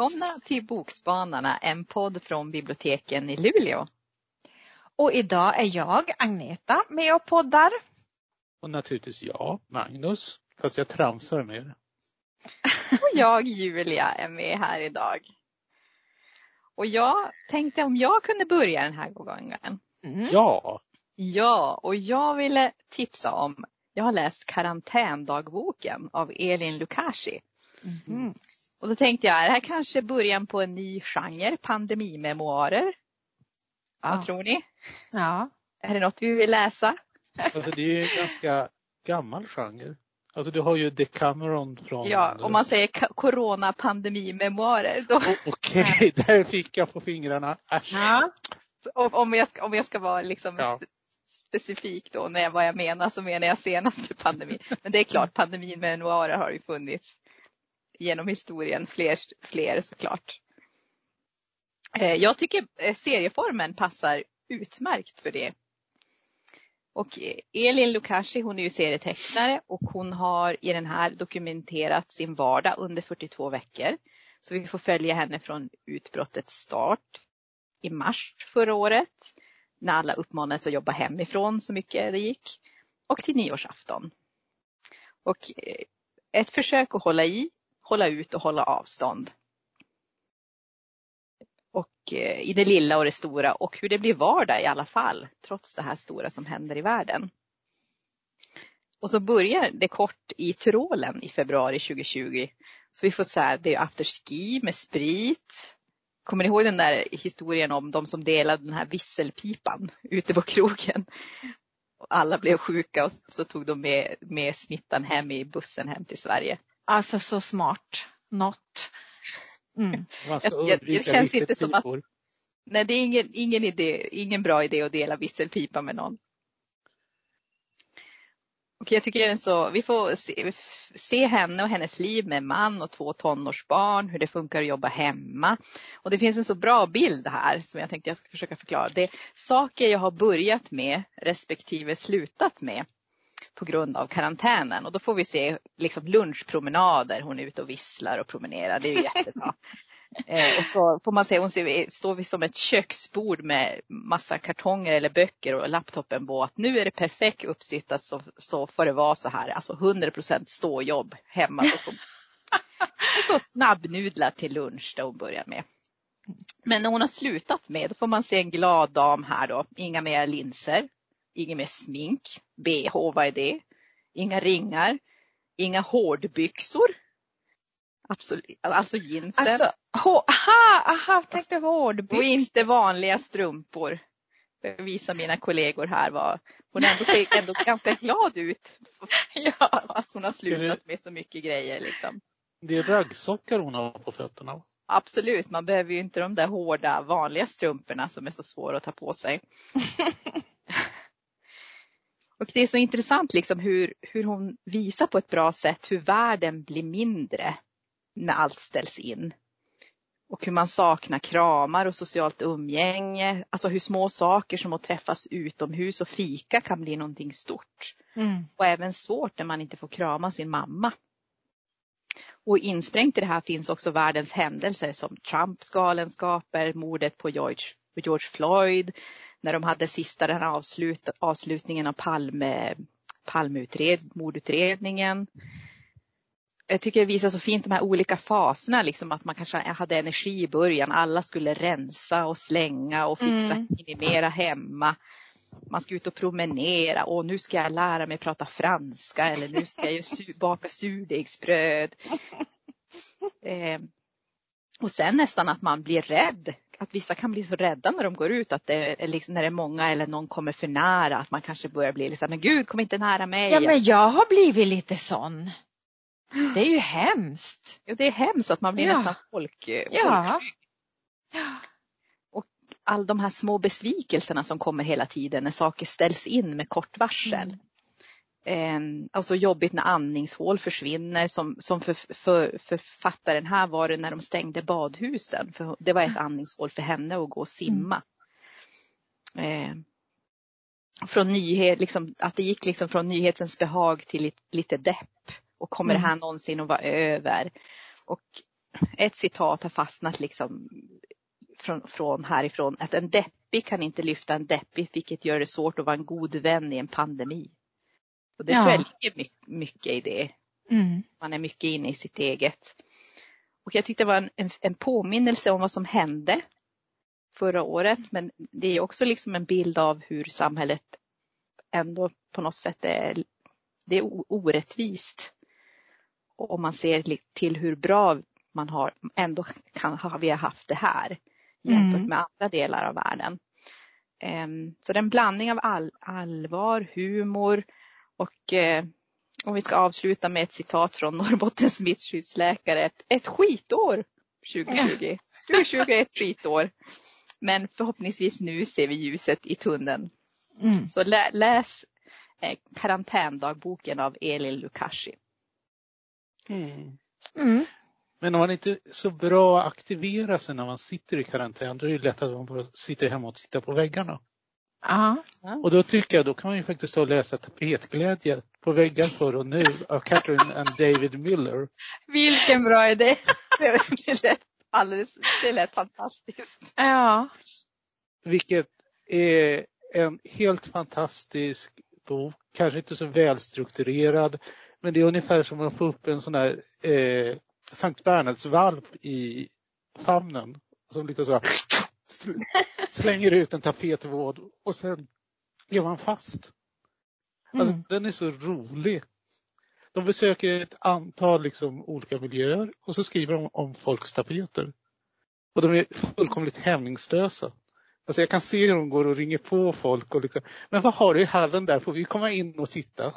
välkomna till Bokspanarna, en podd från biblioteken i Luleå. Och idag är jag, Agneta, med och poddar. Och naturligtvis jag, Magnus, fast jag tramsar mer. Och jag, Julia, är med här idag. Och jag tänkte om jag kunde börja den här gången. Ja. Ja, och jag ville tipsa om, jag har läst Karantändagboken av Elin Lukács. Och då tänkte jag, det här kanske är början på en ny genre, pandemimemoarer. Ja. Vad tror ni? Ja. Är det något vi vill läsa? Alltså det är ju en ganska gammal genre. Alltså du har ju Decameron från... Ja, om man säger corona-pandemimemoarer då... Okej, där fick jag på fingrarna. Ja. Om jag ska vara liksom specifik då, vad jag menar, så menar jag senaste pandemin. Men det är klart, pandemimemoarer har ju funnits genom historien, fler såklart. Jag tycker serieformen passar utmärkt för det. Och Elin Lukács, hon är ju serietecknare och hon har i den här dokumenterat sin vardag under 42 veckor. Så vi får följa henne från utbrottets start i mars förra året, när alla uppmanades att jobba hemifrån så mycket det gick, och till nyårsafton. Och ett försök att hålla ut och hålla avstånd. Och i det lilla och det stora, och hur det blir vardag i alla fall, trots det här stora som händer i världen. Och så börjar det kort i Tyrolen i februari 2020. Så vi får så här, det är afterski med sprit. Kommer ni ihåg den där historien om de som delade den här visselpipan ute på krogen? Alla blev sjuka och så tog de med smittan hem i bussen hem till Sverige. Alltså så smart. Något. Det känns inte som att... Nej, det är ingen bra idé att dela visselpipa med någon. Och jag tycker den så, vi får se henne och hennes liv med man och 2 tonårsbarn, hur det funkar att jobba hemma. Och det finns en så bra bild här som jag tänkte jag ska försöka förklara. Det är saker jag har börjat med respektive slutat med på grund av karantänen. Och då får vi se liksom lunchpromenader, hon är ute och visslar och promenerar, det är ju jättebra. Och så får man se, hon står vid som ett köksbord med massa kartonger eller böcker och laptopen på att nu är det perfekt uppsittat, så får det vara så här. Alltså 100% ståjobb hemma. Och så snabbnudlar till lunch då hon börjar med. Men när hon har slutat med, då får man se en glad dam här då. Inga mer linser, inga mer smink, BH, vad är det? Inga ringar, inga hårdbyxor. Absolut, alltså jeansen. Alltså, tänkte hårdbyxor. Och inte vanliga strumpor. Jag visar mina kollegor här vad hon ser ändå ganska glad ut. Ja, fast hon har slutat med så mycket grejer liksom. Det är raggsockar hon har på fötterna. Absolut, man behöver ju inte de där hårda vanliga strumporna som är så svåra att ta på sig. Och det är så intressant liksom hur hon visar på ett bra sätt hur världen blir mindre när allt ställs in. Och hur man saknar kramar och socialt umgänge. Alltså hur små saker som att träffas utomhus och fika kan bli någonting stort. Och även svårt när man inte får krama sin mamma. Och insprängt i det här finns också världens händelser som Trumps galenskaper, mordet på George Floyd. När de hade den här avslutningen av mordutredningen. Jag tycker det visar så fint de här olika faserna. Liksom att man kanske hade energi i början. Alla skulle rensa och slänga och fixa minimera hemma. Man ska ut och promenera. Och nu ska jag lära mig prata franska. Eller nu ska jag baka surdegsbröd. Och sen nästan att man blir rädd. Att vissa kan bli så rädda när de går ut. Att det är liksom, när det är många eller någon kommer för nära. Att man kanske börjar bli liksom, men gud, kom inte nära mig. Ja, men jag har blivit lite sån. Det är ju hemskt. Ja, det är hemskt att man blir nästan folkskygg. Ja. Och all de här små besvikelserna som kommer hela tiden när saker ställs in med kort varsel. Alltså jobbigt när andningshål försvinner. Som för författaren här var det när de stängde badhusen. För det var ett andningshål för henne att gå och simma. Från liksom, att det gick liksom från nyhetens behag till lite depp. Och kommer det här någonsin att vara över? Och ett citat har fastnat liksom från härifrån. Att en deppig kan inte lyfta en deppig, vilket gör det svårt att vara en god vän i en pandemi. Och det tror jag ligger mycket i det. Mm. Man är mycket inne i sitt eget. Och jag tyckte det var en påminnelse om vad som hände förra året. Men det är också liksom en bild av hur samhället ändå på något sätt är orättvist. Och om man ser till hur bra man har ändå vi har haft det här jämfört med andra delar av världen. Så det är en blandning av allvar, humor och om vi ska avsluta med ett citat från Norrbottens smittskyddsläkare. Ett skitår 2020. 2020 är ett skitår. Men förhoppningsvis nu ser vi ljuset i tunneln. Så läs karantändagboken av Elin Lukashi. Men om man inte är så bra att aktivera sig när man sitter i karantän, då är det lätt att man bara sitter hemma och tittar på väggarna. Ja. Och då tycker jag, då kan man ju faktiskt läsa Tapetglädje på väggar för och nu av Catherine and David Miller. Vilken bra idé. Det lät fantastiskt. Ja. Vilket är en helt fantastisk bok, kanske inte så välstrukturerad, men det är ungefär som att få upp en sån här Sankt Bernhards valp i famnen som liksom så här, slänger ut en tapetvård och sen är man fast. Alltså, den är så rolig. De besöker ett antal liksom olika miljöer och så skriver de om folks tapeter. Och de är fullkomligt hämningslösa. Alltså jag kan se hur de går och ringer på folk och liksom, men vad har du i hallen där? Får vi komma in och titta?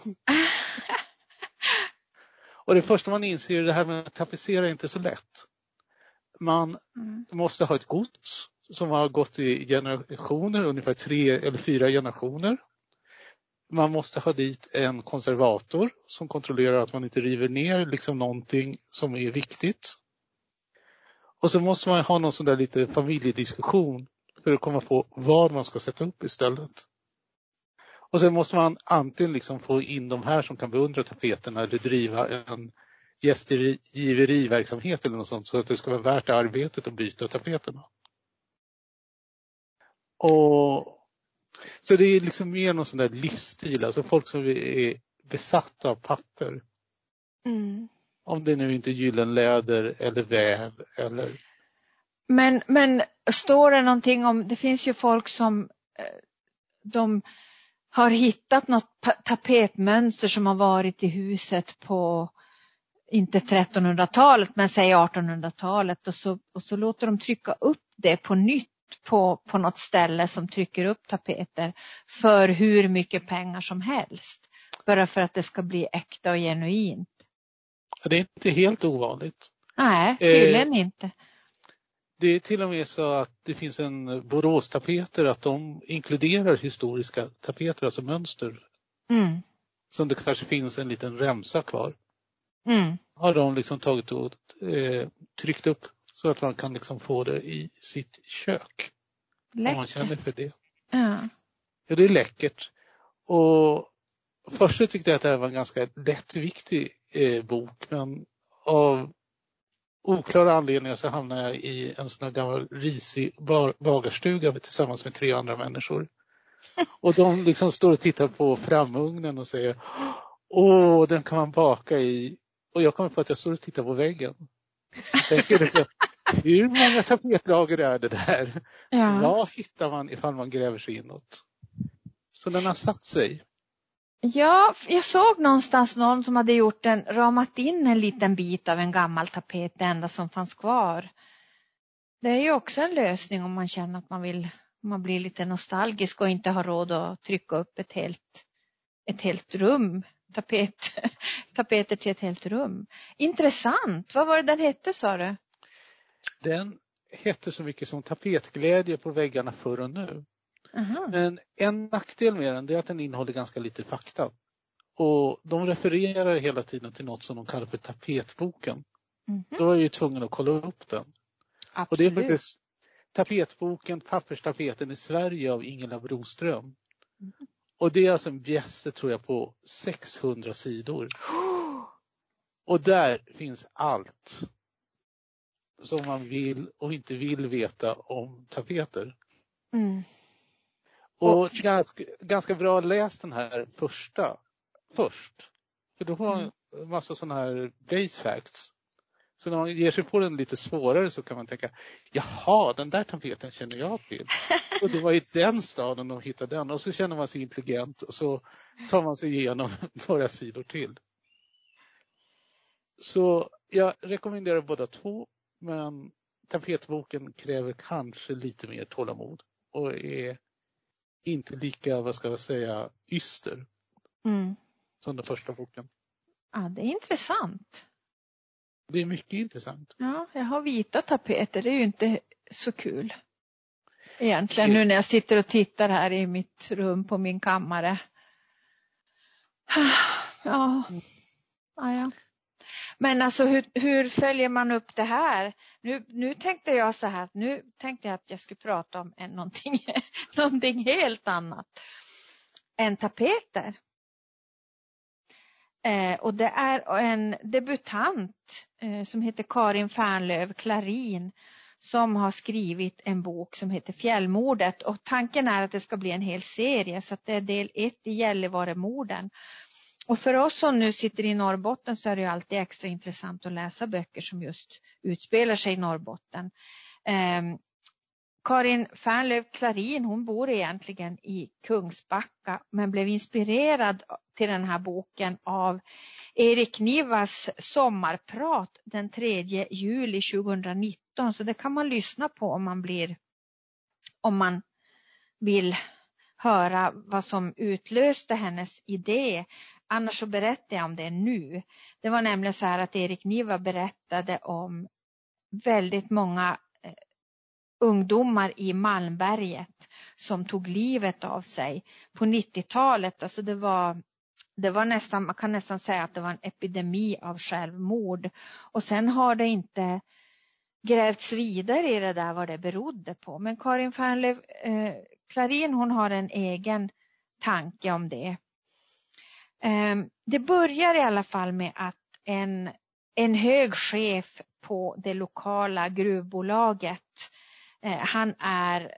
Och det första man inser är det här med att tapetsera är inte så lätt. Man måste ha ett gods som har gått i generationer, ungefär 3 eller 4 generationer. Man måste ha dit en konservator som kontrollerar att man inte river ner liksom någonting som är viktigt. Och så måste man ha någon sån där lite familjediskussion för att komma på vad man ska sätta upp istället. Och sen måste man antingen liksom få in de här som kan beundra tapeterna eller driva en gästgiveriverksamhet eller något sånt så att det ska vara värt arbetet att byta tapeterna. Och så det är liksom mer någon sån där livsstil, alltså folk som är besatta av papper. Om det nu inte är gyllenläder eller väv eller... Men står det någonting om, det finns ju folk som de har hittat något tapetmönster som har varit i huset på inte 1300-talet men säg 1800-talet och så låter de trycka upp det på nytt på något ställe som trycker upp tapeter för hur mycket pengar som helst. Bara för att det ska bli äkta och genuint. Det är inte helt ovanligt. Nej, tydligen inte. Det är till och med så att det finns en Borås-tapeter att de inkluderar historiska tapeter, alltså mönster. Som det kanske finns en liten remsa kvar. Har de liksom tagit och tryckt upp så att man kan liksom få det i sitt kök. Läckert. Om man känner för det. Ja, det är läckert. Och först tyckte jag att det här var en ganska lättviktig bok, men av oklara anledningar så hamnade jag i en sån här gammal risig bagarstuga tillsammans med 3 andra människor. Och de liksom står och tittar på framugnen och säger åh, den kan man baka i. Och jag kommer på att jag står och tittar på väggen. Jag tänker liksom, hur många tapetlager är det där? Ja. Vad hittar man ifall man gräver sig inåt? Så den har satt sig. Ja, jag såg någonstans någon som hade ramat in en liten bit av en gammal tapet, det enda som fanns kvar. Det är ju också en lösning om man känner att man blir lite nostalgisk och inte har råd att trycka upp ett helt rum. Tapeter till ett helt rum. Intressant. Vad var det den hette, sa du? Den hette så mycket som Tapetglädje på väggarna förr och nu. Aha. Men en nackdel med den är att den innehåller ganska lite fakta. Och de refererar hela tiden till något som de kallar för tapetboken. Då var jag ju tvungen att kolla upp den. Absolut. Och det är faktiskt tapetboken Papperstapeten i Sverige av Ingela Broström. Och det är alltså en bjässe, tror jag, på 600 sidor. Och där finns allt. som man vill och inte vill veta om tapeter. Mm. Och ganska bra läs den här först. För då får man en massa sådana här base facts. Så när man ger sig på den lite svårare så kan man tänka, jaha, den där tapeten känner jag till. Och det var i den staden de hittade den. Och så känner man sig intelligent och så tar man sig igenom några sidor till. Så jag rekommenderar båda två, men tapetboken kräver kanske lite mer tålamod och är inte lika, vad ska jag säga, yster som den första boken. Ja, det är intressant. Det är mycket intressant. Ja, jag har vita tapeter, det är ju inte så kul. Egentligen nu när jag sitter och tittar här i mitt rum på min kammare. Ja. Men alltså hur följer man upp det här? Nu tänkte jag så här, nu tänkte jag att jag skulle prata om någonting helt annat än tapeter. Och det är en debutant som heter Karin Fernlöv Klarin som har skrivit en bok som heter Fjällmordet. Och tanken är att det ska bli en hel serie, så att det är del 1 i Gällivaremorden. Och för oss som nu sitter i Norrbotten så är det ju alltid extra intressant att läsa böcker som just utspelar sig i Norrbotten. Karin Fernlöv Klarin, hon bor egentligen i Kungsbacka men blev inspirerad till den här boken av Erik Nivas sommarprat den 3 juli 2019. Så det kan man lyssna på om man vill höra vad som utlöste hennes idé. Annars så berättar jag om det nu. Det var nämligen så här att Erik Niva berättade om väldigt många ungdomar i Malmberget som tog livet av sig på 90-talet. Alltså det var nästan, man kan nästan säga att det var en epidemi av självmord. Och sen har det inte grävts vidare i det där vad det berodde på. Men Karin Fernlöv Klarin, hon har en egen tanke om det. Det börjar i alla fall med att en hög chef på det lokala gruvbolaget, han är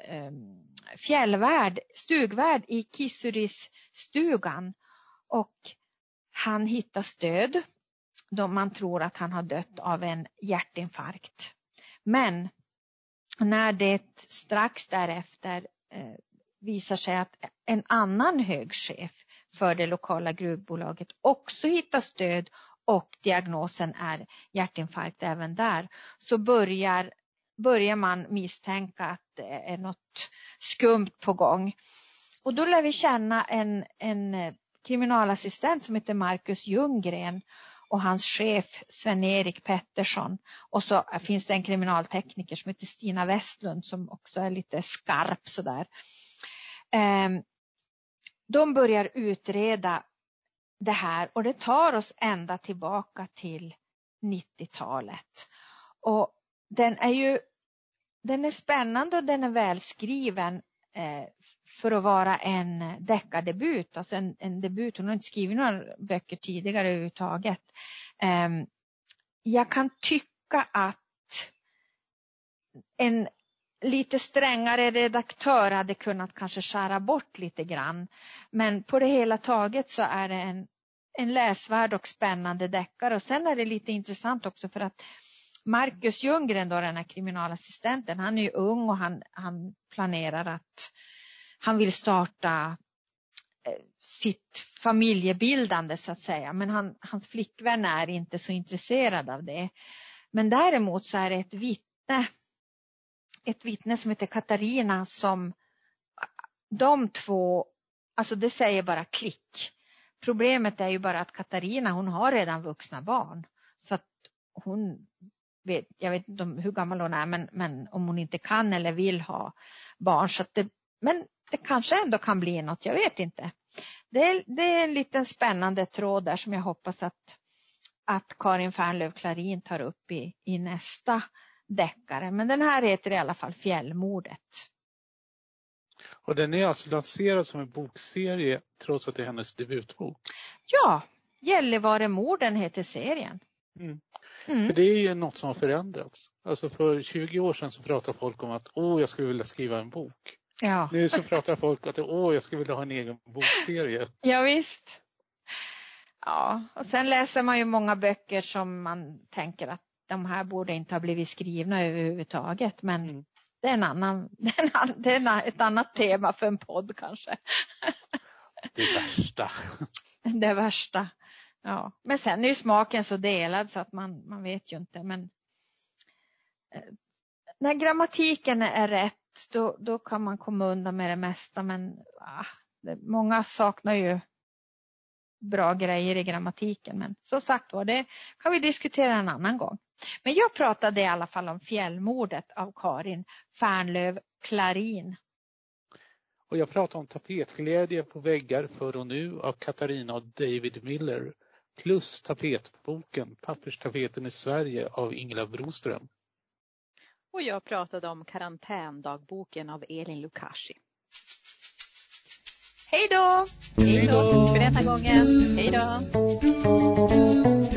stugvärd i Kissurisstugan och han hittar stöd då man tror att han har dött av en hjärtinfarkt. Men när det strax därefter visar sig att en annan hög chef för det lokala gruvbolaget också hittar stöd och diagnosen är hjärtinfarkt även där, så börjar man misstänka att det är något skumt på gång. Och då lär vi känna en kriminalassistent som heter Marcus Ljunggren och hans chef Sven-Erik Pettersson. Och så finns det en kriminaltekniker som heter Stina Westlund som också är lite skarp sådär. De börjar utreda det här och det tar oss ända tillbaka till 90-talet. Och den är spännande och den är välskriven för att vara en deckardebut. Alltså en debut, hon har inte skrivit några böcker tidigare överhuvudtaget. Jag kan tycka att en lite strängare redaktör hade kunnat kanske skära bort lite grann. Men på det hela taget så är det en läsvärd och spännande deckare. Och sen är det lite intressant också för att Marcus Ljunggren, då den här kriminalassistenten, han är ju ung och han planerar att han vill starta sitt familjebildande så att säga. Men hans flickvän är inte så intresserad av det. Men däremot så är det ett vittne som heter Katarina som de två, alltså det säger bara klick. Problemet är ju bara att Katarina, hon har redan vuxna barn. Så att jag vet inte hur gammal hon är, men om hon inte kan eller vill ha barn. Så att men det kanske ändå kan bli något, jag vet inte. Det är en liten spännande tråd där som jag hoppas att Karin Fernlöv Klarin tar upp i nästa deckare. Men den här heter i alla fall Fjällmordet. Och den är alltså lanserad som en bokserie trots att det är hennes debutbok? Ja, Gällivaremorden heter serien. Mm. För det är ju något som har förändrats. Alltså för 20 år sedan så pratade folk om att jag skulle vilja skriva en bok. Ja. Nu så pratar folk att jag skulle vilja ha en egen bokserie. Ja, visst. Ja, och sen läser man ju många böcker som man tänker att de här borde inte ha blivit skrivna överhuvudtaget. Men det är ett annat tema för en podd kanske. Det värsta. Det värsta. Ja. Men sen är ju smaken så delad så att man vet ju inte. Men när grammatiken är rätt då kan man komma undan med det mesta. Men många saknar ju bra grejer i grammatiken. Men som sagt var, det kan vi diskutera en annan gång. Men jag pratade i alla fall om Fjällmordet av Karin Fernlöf Klarin. Och jag pratade om tapetglädje på väggar för och nu av Katarina och David Miller. Plus tapetboken Papperstapeten i Sverige av Ingela Broström. Och jag pratade om karantändagboken av Elin Lukashi. Hej då! Hej då för denna gången. Hej då!